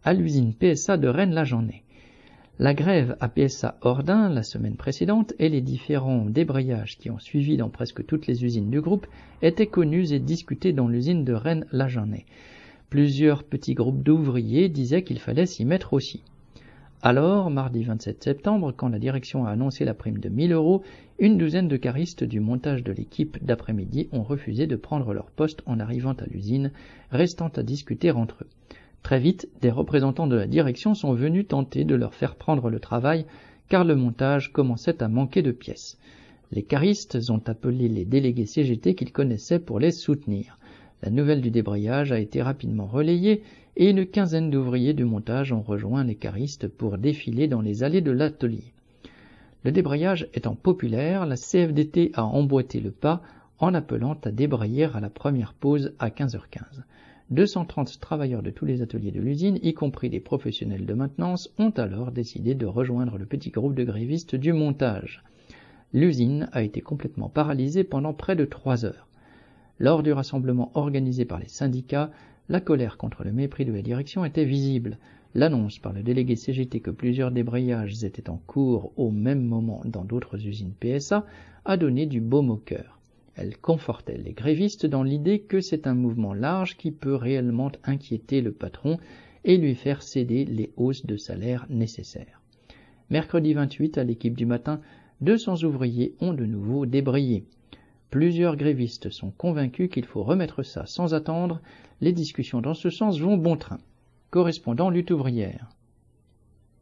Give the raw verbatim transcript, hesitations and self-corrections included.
à l'usine P S A de Rennes-la-Journée. La grève à P S A Ordin la semaine précédente et les différents débrayages qui ont suivi dans presque toutes les usines du groupe étaient connus et discutés dans l'usine de Rennes-la-Journée. Plusieurs petits groupes d'ouvriers disaient qu'il fallait s'y mettre aussi. Alors, mardi vingt-sept septembre, quand la direction a annoncé la prime de mille euros, une douzaine de caristes du montage de l'équipe d'après-midi ont refusé de prendre leur poste en arrivant à l'usine, restant à discuter entre eux. Très vite, des représentants de la direction sont venus tenter de leur faire prendre le travail, car le montage commençait à manquer de pièces. Les caristes ont appelé les délégués C G T qu'ils connaissaient pour les soutenir. La nouvelle du débrayage a été rapidement relayée et une quinzaine d'ouvriers du montage ont rejoint les caristes pour défiler dans les allées de l'atelier. Le débrayage étant populaire, la C F D T a emboîté le pas en appelant à débrayer à la première pause à quinze heures quinze. deux cent trente travailleurs de tous les ateliers de l'usine, y compris des professionnels de maintenance, ont alors décidé de rejoindre le petit groupe de grévistes du montage. L'usine a été complètement paralysée pendant près de trois heures. Lors du rassemblement organisé par les syndicats, la colère contre le mépris de la direction était visible. L'annonce par le délégué C G T que plusieurs débrayages étaient en cours au même moment dans d'autres usines P S A a donné du baume au cœur. Elle confortait les grévistes dans l'idée que c'est un mouvement large qui peut réellement inquiéter le patron et lui faire céder les hausses de salaire nécessaires. Mercredi vingt-huit, à l'équipe du matin, deux cents ouvriers ont de nouveau débrayé. Plusieurs grévistes sont convaincus qu'il faut remettre ça sans attendre. Les discussions dans ce sens vont bon train. Correspondant Lutte ouvrière.